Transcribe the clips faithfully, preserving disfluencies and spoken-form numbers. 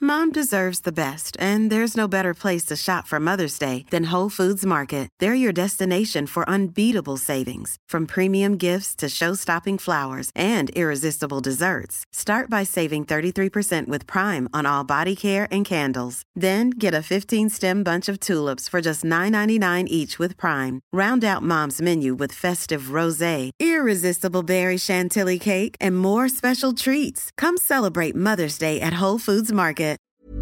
Mom deserves the best, and there's no better place to shop for Mother's Day than Whole Foods Market. They're your destination for unbeatable savings, from premium gifts to show-stopping flowers and irresistible desserts. Start by saving thirty-three percent with Prime on all body care and candles. Then get a fifteen-stem bunch of tulips for just nine ninety-nine each with Prime. Round out Mom's menu with festive rosé, irresistible berry chantilly cake, and more special treats. Come celebrate Mother's Day at Whole Foods Market.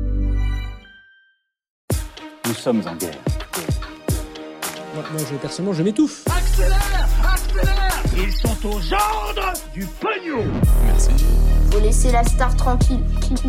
Nous sommes en guerre. Moi, moi je, personnellement, je m'étouffe. Accélère, accélère. Ils sont aux ordres du pognon. Merci. Faut laisser la star tranquille.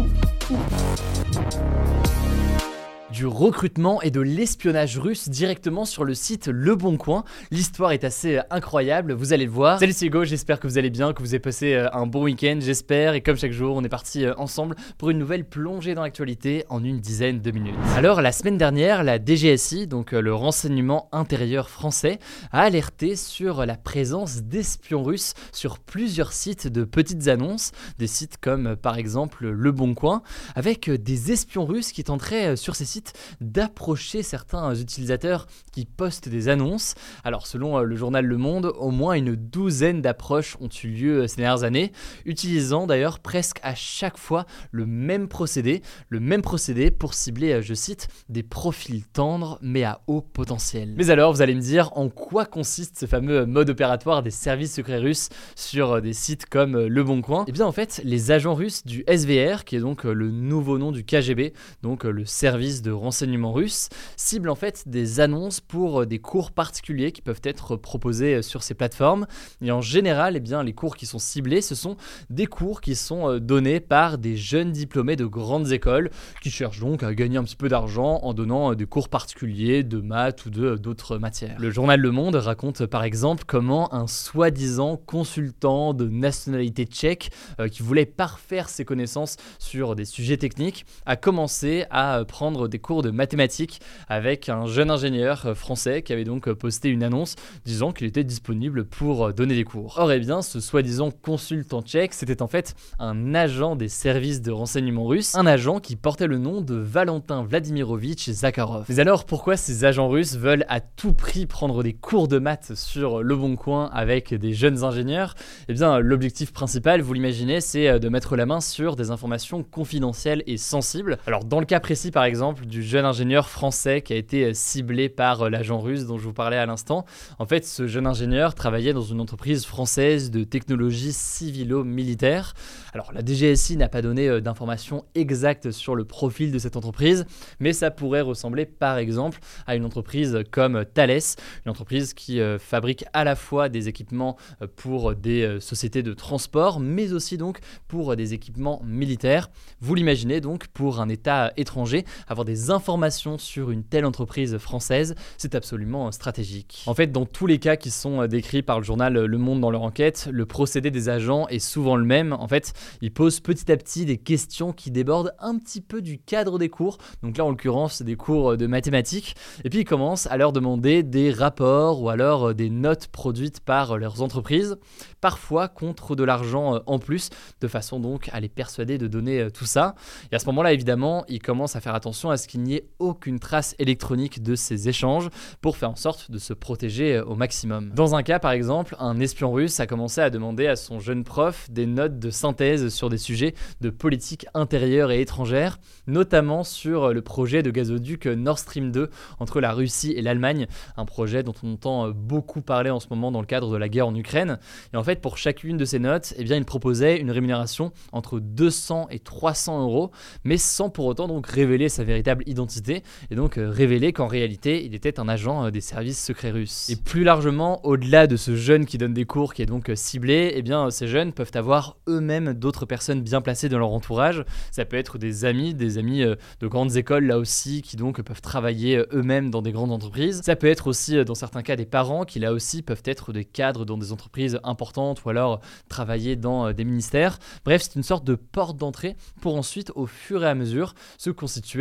Du recrutement et de l'espionnage russe directement sur le site Le Bon Coin. L'histoire est assez incroyable, vous allez le voir. Salut, c'est Hugo, j'espère que vous allez bien, que vous avez passé un bon week-end, j'espère. Et comme chaque jour, on est parti ensemble pour une nouvelle plongée dans l'actualité en une dizaine de minutes. Alors, la semaine dernière, la D G S I, donc le renseignement intérieur français, a alerté sur la présence d'espions russes sur plusieurs sites de petites annonces. Des sites comme par exemple Le Bon Coin, avec des espions russes qui tenteraient sur ces sites d'approcher certains utilisateurs qui postent des annonces. Alors selon le journal Le Monde, au moins une douzaine d'approches ont eu lieu ces dernières années, utilisant d'ailleurs presque à chaque fois le même procédé, le même procédé pour cibler, je cite, des profils tendres mais à haut potentiel. Mais alors vous allez me dire en quoi consiste ce fameux mode opératoire des services secrets russes sur des sites comme Le Bon Coin? Et bien en fait, les agents russes du S V R, qui est donc le nouveau nom du K G B, donc le service de renseignement russe, cible en fait des annonces pour des cours particuliers qui peuvent être proposés sur ces plateformes. Et en général, eh bien, les cours qui sont ciblés, ce sont des cours qui sont donnés par des jeunes diplômés de grandes écoles qui cherchent donc à gagner un petit peu d'argent en donnant des cours particuliers de maths ou de, d'autres matières. Le journal Le Monde raconte par exemple comment un soi-disant consultant de nationalité tchèque euh, qui voulait parfaire ses connaissances sur des sujets techniques a commencé à prendre des cours de mathématiques avec un jeune ingénieur français qui avait donc posté une annonce disant qu'il était disponible pour donner des cours. Or, eh bien, ce soi-disant consultant tchèque, c'était en fait un agent des services de renseignement russes, un agent qui portait le nom de Valentin Vladimirovitch Zakharov. Mais alors, pourquoi ces agents russes veulent à tout prix prendre des cours de maths sur Le Bon Coin avec des jeunes ingénieurs? Eh bien, l'objectif principal, vous l'imaginez, c'est de mettre la main sur des informations confidentielles et sensibles. Alors, dans le cas précis, par exemple, du jeune ingénieur français qui a été ciblé par l'agent russe dont je vous parlais à l'instant. En fait, ce jeune ingénieur travaillait dans une entreprise française de technologie civilo-militaire. Alors, la D G S I n'a pas donné d'informations exactes sur le profil de cette entreprise, mais ça pourrait ressembler par exemple à une entreprise comme Thales, une entreprise qui euh, fabrique à la fois des équipements pour des euh, sociétés de transport, mais aussi donc pour des équipements militaires. Vous l'imaginez donc, pour un État étranger, avoir des informations sur une telle entreprise française, c'est absolument stratégique. En fait, dans tous les cas qui sont décrits par le journal Le Monde dans leur enquête, le procédé des agents est souvent le même. En fait, ils posent petit à petit des questions qui débordent un petit peu du cadre des cours. Donc là, en l'occurrence, des cours de mathématiques. Et puis, ils commencent à leur demander des rapports ou alors des notes produites par leurs entreprises, parfois contre de l'argent en plus, de façon donc à les persuader de donner tout ça. Et à ce moment-là, évidemment, ils commencent à faire attention à ce qu'il n'y ait aucune trace électronique de ces échanges pour faire en sorte de se protéger au maximum. Dans un cas, par exemple, un espion russe a commencé à demander à son jeune prof des notes de synthèse sur des sujets de politique intérieure et étrangère, notamment sur le projet de gazoduc Nord Stream deux entre la Russie et l'Allemagne, un projet dont on entend beaucoup parler en ce moment dans le cadre de la guerre en Ukraine. Et en fait, pour chacune de ces notes, eh bien, il proposait une rémunération entre deux cents et trois cents euros, mais sans pour autant donc révéler sa véritable identité, et donc euh, révéler qu'en réalité, il était un agent euh, des services secrets russes. Et plus largement, au-delà de ce jeune qui donne des cours, qui est donc euh, ciblé, eh bien, ces jeunes peuvent avoir eux-mêmes d'autres personnes bien placées dans leur entourage. Ça peut être des amis, des amis euh, de grandes écoles, là aussi, qui donc peuvent travailler euh, eux-mêmes dans des grandes entreprises. Ça peut être aussi, euh, dans certains cas, des parents qui, là aussi, peuvent être des cadres dans des entreprises importantes, ou alors travailler dans euh, des ministères. Bref, c'est une sorte de porte d'entrée pour ensuite, au fur et à mesure, se constituer un réseau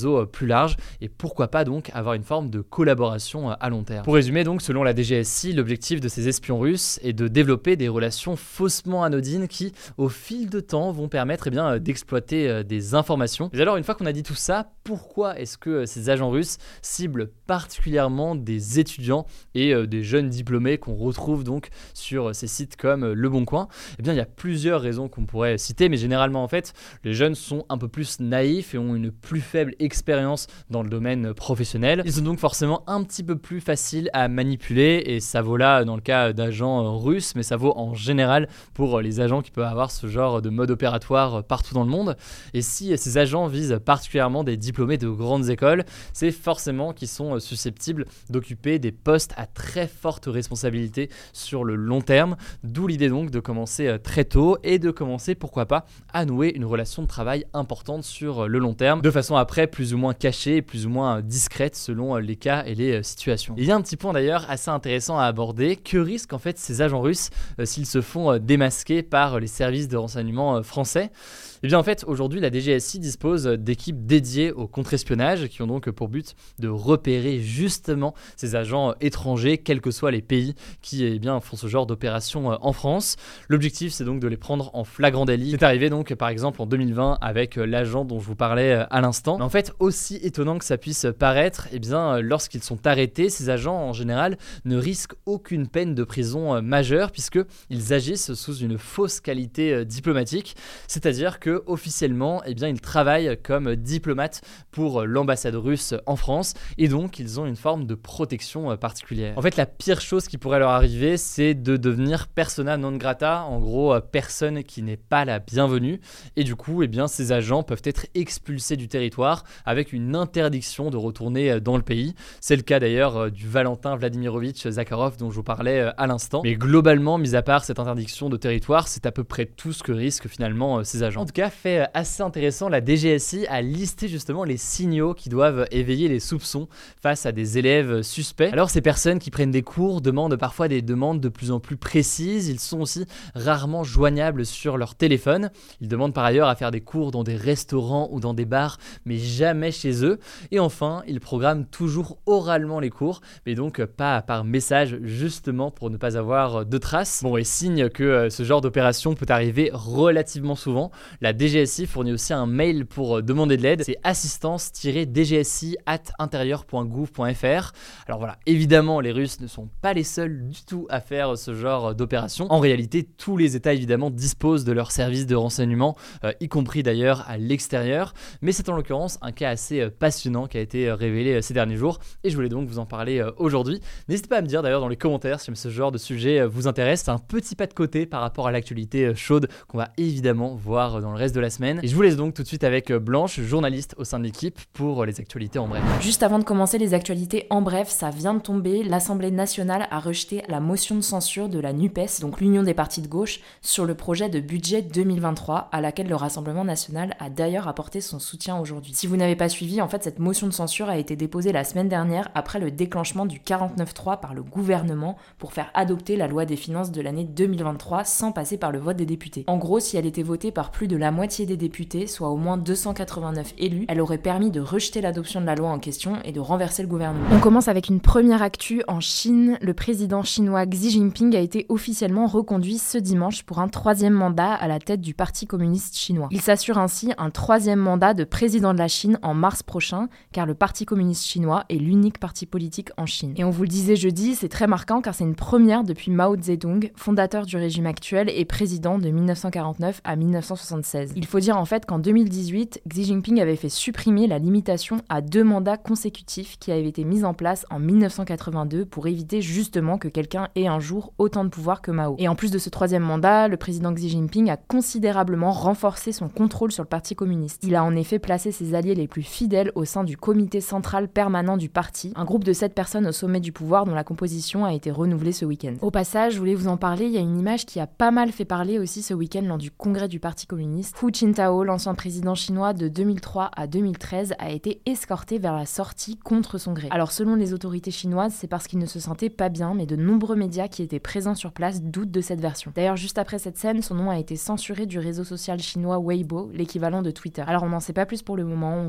réseau plus large et pourquoi pas donc avoir une forme de collaboration à long terme. Pour résumer donc, selon la D G S I, l'objectif de ces espions russes est de développer des relations faussement anodines qui, au fil de temps, vont permettre eh bien, d'exploiter des informations. Mais alors, une fois qu'on a dit tout ça, pourquoi est-ce que ces agents russes ciblent particulièrement des étudiants et euh, des jeunes diplômés qu'on retrouve donc sur ces sites comme Le Bon Coin? Eh bien, il y a plusieurs raisons qu'on pourrait citer, mais généralement, en fait, les jeunes sont un peu plus naïfs et ont une plus faible expérience dans le domaine professionnel. Ils sont donc forcément un petit peu plus faciles à manipuler, et ça vaut là dans le cas d'agents russes, mais ça vaut en général pour les agents qui peuvent avoir ce genre de mode opératoire partout dans le monde. Et si ces agents visent particulièrement des diplômés de grandes écoles, c'est forcément qu'ils sont susceptibles d'occuper des postes à très forte responsabilité sur le long terme, d'où l'idée donc de commencer très tôt et de commencer pourquoi pas à nouer une relation de travail importante sur le long terme, de façon après plus ou moins cachée, plus ou moins discrète selon les cas et les situations. Il y a un petit point d'ailleurs assez intéressant à aborder. Que risquent en fait ces agents russes euh, s'ils se font euh, démasquer par les services de renseignement euh, français? Eh bien en fait, aujourd'hui, la D G S I dispose d'équipes dédiées au contre-espionnage qui ont donc pour but de repérer justement ces agents étrangers, quels que soient les pays qui eh bien, font ce genre d'opération en France. L'objectif, c'est donc de les prendre en flagrant délit. C'est arrivé donc par exemple en deux mille vingt avec l'agent dont je vous parlais à l'instant. Mais en fait, aussi étonnant que ça puisse paraître, eh bien, lorsqu'ils sont arrêtés, ces agents en général ne risquent aucune peine de prison majeure puisqu'ils agissent sous une fausse qualité diplomatique, c'est-à-dire que officiellement, eh bien, ils travaillent comme diplomates pour l'ambassade russe en France et donc ils ont une forme de protection particulière. En fait, la pire chose qui pourrait leur arriver, c'est de devenir persona non grata, en gros, personne qui n'est pas la bienvenue. Et du coup, eh bien, ces agents peuvent être expulsés du territoire avec une interdiction de retourner dans le pays. C'est le cas d'ailleurs du Valentin Vladimirovitch Zakharov dont je vous parlais à l'instant. Mais globalement, mis à part cette interdiction de territoire, c'est à peu près tout ce que risquent finalement ces agents. En tout cas, fait assez intéressant, la D G S I a listé justement les signaux qui doivent éveiller les soupçons face à des élèves suspects. Alors ces personnes qui prennent des cours demandent parfois des demandes de plus en plus précises, ils sont aussi rarement joignables sur leur téléphone, ils demandent par ailleurs à faire des cours dans des restaurants ou dans des bars, mais jamais chez eux, et enfin ils programment toujours oralement les cours, mais donc pas par message justement pour ne pas avoir de traces. Bon, et signe que ce genre d'opération peut arriver relativement souvent, la D G S I fournit aussi un mail pour demander de l'aide, c'est assistance tiret d g s i arobase intérieur point gouv point f r. Alors voilà, évidemment les Russes ne sont pas les seuls du tout à faire ce genre d'opération. En réalité, tous les États évidemment disposent de leurs services de renseignement, euh, y compris d'ailleurs à l'extérieur, mais c'est en l'occurrence un cas assez passionnant qui a été révélé ces derniers jours et je voulais donc vous en parler aujourd'hui. N'hésitez pas à me dire d'ailleurs dans les commentaires si ce genre de sujet vous intéresse. C'est un petit pas de côté par rapport à l'actualité chaude qu'on va évidemment voir dans le reste de la semaine. Et je vous laisse donc tout de suite avec Blanche, journaliste au sein de l'équipe, pour les actualités en bref. Juste avant de commencer les actualités en bref, ça vient de tomber, l'Assemblée nationale a rejeté la motion de censure de la NUPES, donc l'Union des partis de gauche, sur le projet de budget deux mille vingt-trois, à laquelle le Rassemblement national a d'ailleurs apporté son soutien aujourd'hui. Si vous n'avez pas suivi, en fait, cette motion de censure a été déposée la semaine dernière après le déclenchement du quarante-neuf trois par le gouvernement pour faire adopter la loi des finances de l'année deux mille vingt-trois sans passer par le vote des députés. En gros, si elle était votée par plus de la moitié des députés, soit au moins deux cent quatre-vingt-neuf élus, elle aurait permis de rejeter l'adoption de la loi en question et de renverser le gouvernement. On commence avec une première actu en Chine. Le président chinois Xi Jinping a été officiellement reconduit ce dimanche pour un troisième mandat à la tête du Parti communiste chinois. Il s'assure ainsi un troisième mandat de président de la Chine en mars prochain, car le Parti communiste chinois est l'unique parti politique en Chine. Et on vous le disait jeudi, c'est très marquant car c'est une première depuis Mao Zedong, fondateur du régime actuel et président de mille neuf cent quarante-neuf à mille neuf cent soixante-seize. Il faut dire en fait qu'en deux mille dix-huit, Xi Jinping avait fait supprimer la limitation à deux mandats consécutifs qui avait été mise en place en mille neuf cent quatre-vingt-deux pour éviter justement que quelqu'un ait un jour autant de pouvoir que Mao. Et en plus de ce troisième mandat, le président Xi Jinping a considérablement renforcé son contrôle sur le Parti communiste. Il a en effet placé ses alliés les plus fidèles au sein du comité central permanent du parti, un groupe de sept personnes au sommet du pouvoir dont la composition a été renouvelée ce week-end. Au passage, je voulais vous en parler, il y a une image qui a pas mal fait parler aussi ce week-end lors du congrès du Parti communiste. Hu Jintao, l'ancien président chinois de deux mille trois à deux mille treize, a été escorté vers la sortie contre son gré. Alors selon les autorités chinoises, c'est parce qu'il ne se sentait pas bien, mais de nombreux médias qui étaient présents sur place doutent de cette version. D'ailleurs, juste après cette scène, son nom a été censuré du réseau social chinois Weibo, l'équivalent de Twitter. Alors on n'en sait pas plus pour le moment, on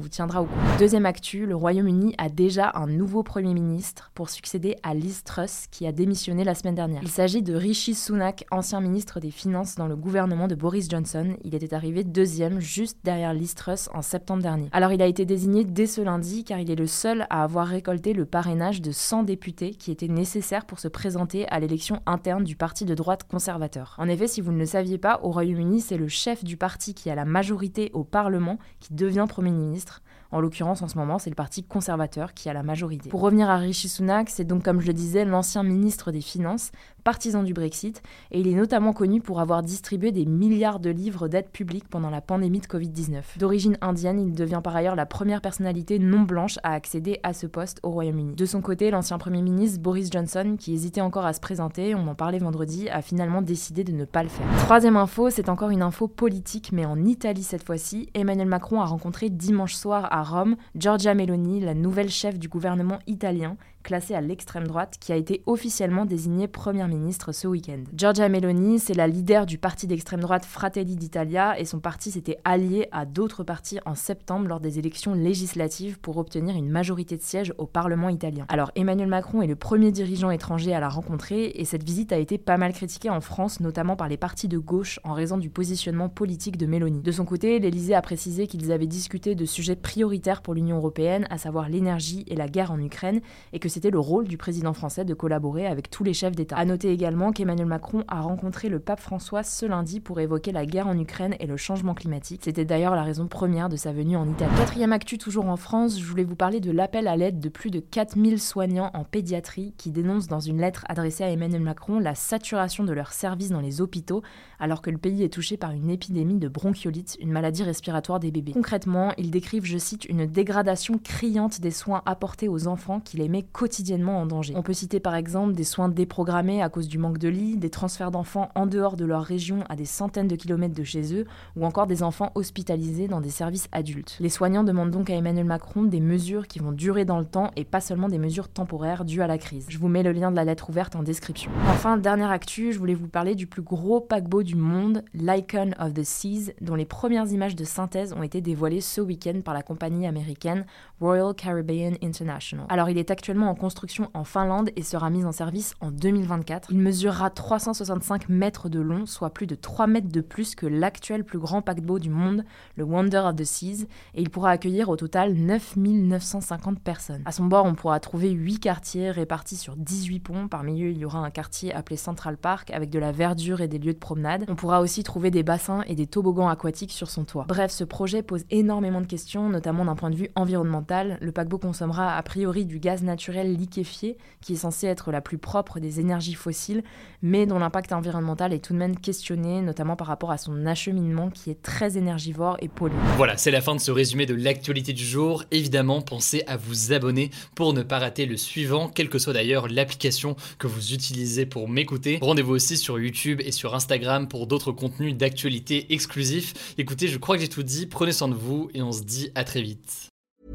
vous tiendra au courant. Deuxième actu, le Royaume-Uni a déjà un nouveau Premier ministre pour succéder à Liz Truss qui a démissionné la semaine dernière. Il s'agit de Rishi Sunak, ancien ministre des Finances dans le gouvernement de Boris Johnson. Il était arrivé deuxième juste derrière Liz Truss en septembre dernier. Alors il a été désigné dès ce lundi car il est le seul à avoir récolté le parrainage de cent députés qui étaient nécessaires pour se présenter à l'élection interne du parti de droite conservateur. En effet, si vous ne le saviez pas, au Royaume-Uni, c'est le chef du parti qui a la majorité au Parlement qui devient Premier ministre. En l'occurrence, en ce moment, c'est le parti conservateur qui a la majorité. Pour revenir à Rishi Sunak, c'est donc, comme je le disais, l'ancien ministre des Finances, partisan du Brexit, et il est notamment connu pour avoir distribué des milliards de livres d'aide publique pendant la pandémie de covid dix-neuf. D'origine indienne, il devient par ailleurs la première personnalité non blanche à accéder à ce poste au Royaume-Uni. De son côté, l'ancien Premier ministre Boris Johnson, qui hésitait encore à se présenter, on en parlait vendredi, a finalement décidé de ne pas le faire. Troisième info, c'est encore une info politique, mais en Italie cette fois-ci. Emmanuel Macron a rencontré dimanche soir à Rome Giorgia Meloni, la nouvelle chef du gouvernement italien, classée à l'extrême droite, qui a été officiellement désignée première ministre ce week-end. Giorgia Meloni, c'est la leader du parti d'extrême droite Fratelli d'Italia et son parti s'était allié à d'autres partis en septembre lors des élections législatives pour obtenir une majorité de sièges au Parlement italien. Alors Emmanuel Macron est le premier dirigeant étranger à la rencontrer et cette visite a été pas mal critiquée en France, notamment par les partis de gauche en raison du positionnement politique de Meloni. De son côté, l'Élysée a précisé qu'ils avaient discuté de sujets prioritaires pour l'Union européenne, à savoir l'énergie et la guerre en Ukraine, et que c'était le rôle du président français de collaborer avec tous les chefs d'État. À noter également qu'Emmanuel Macron a rencontré le pape François ce lundi pour évoquer la guerre en Ukraine et le changement climatique. C'était d'ailleurs la raison première de sa venue en Italie. Quatrième actu, toujours en France, je voulais vous parler de l'appel à l'aide de plus de quatre mille soignants en pédiatrie qui dénoncent dans une lettre adressée à Emmanuel Macron la saturation de leurs services dans les hôpitaux alors que le pays est touché par une épidémie de bronchiolite, une maladie respiratoire des bébés. Concrètement, ils décrivent, je cite, une dégradation criante des soins apportés aux enfants qui les met quotidiennement en danger. On peut citer par exemple des soins déprogrammés à cause du manque de lits, des transferts d'enfants en dehors de leur région à des centaines de kilomètres de chez eux, ou encore des enfants hospitalisés dans des services adultes. Les soignants demandent donc à Emmanuel Macron des mesures qui vont durer dans le temps et pas seulement des mesures temporaires dues à la crise. Je vous mets le lien de la lettre ouverte en description. Enfin, dernière actu, je voulais vous parler du plus gros paquebot du monde, l'Icon of the Seas, dont les premières images de synthèse ont été dévoilées ce week-end par la compagnie américaine Royal Caribbean International. Alors il est actuellement en construction en Finlande et sera mis en service en deux mille vingt-quatre. Il mesurera trois cent soixante-cinq mètres de long, soit plus de trois mètres de plus que l'actuel plus grand paquebot du monde, le Wonder of the Seas, et il pourra accueillir au total neuf mille neuf cent cinquante personnes. À son bord, on pourra trouver huit quartiers répartis sur dix-huit ponts. Parmi eux, il y aura un quartier appelé Central Park avec de la verdure et des lieux de promenade. On pourra aussi trouver des bassins et des toboggans aquatiques sur son toit. Bref, ce projet pose énormément de questions, notamment d'un point de vue environnemental. Le paquebot consommera a priori du gaz naturel liquéfié, qui est censé être la plus propre des énergies fossiles, mais dont l'impact environnemental est tout de même questionné, notamment par rapport à son acheminement qui est très énergivore et polluant. Voilà, c'est la fin de ce résumé de l'actualité du jour. Évidemment, pensez à vous abonner pour ne pas rater le suivant, quelle que soit d'ailleurs l'application que vous utilisez pour m'écouter. Rendez-vous aussi sur YouTube et sur Instagram pour d'autres contenus d'actualité exclusifs. Écoutez, je crois que j'ai tout dit, prenez soin de vous et on se dit à très vite.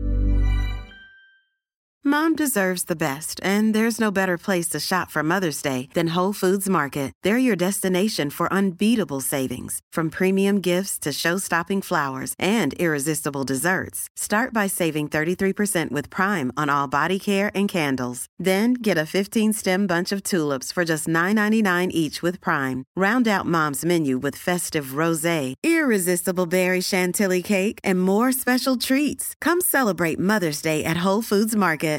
Mom deserves the best, and there's no better place to shop for Mother's Day than Whole Foods Market. They're your destination for unbeatable savings, from premium gifts to show-stopping flowers and irresistible desserts. Start by saving thirty-three percent with Prime on all body care and candles. Then get a fifteen-stem bunch of tulips for just nine ninety-nine each with Prime. Round out Mom's menu with festive rosé, irresistible berry chantilly cake, and more special treats. Come celebrate Mother's Day at Whole Foods Market.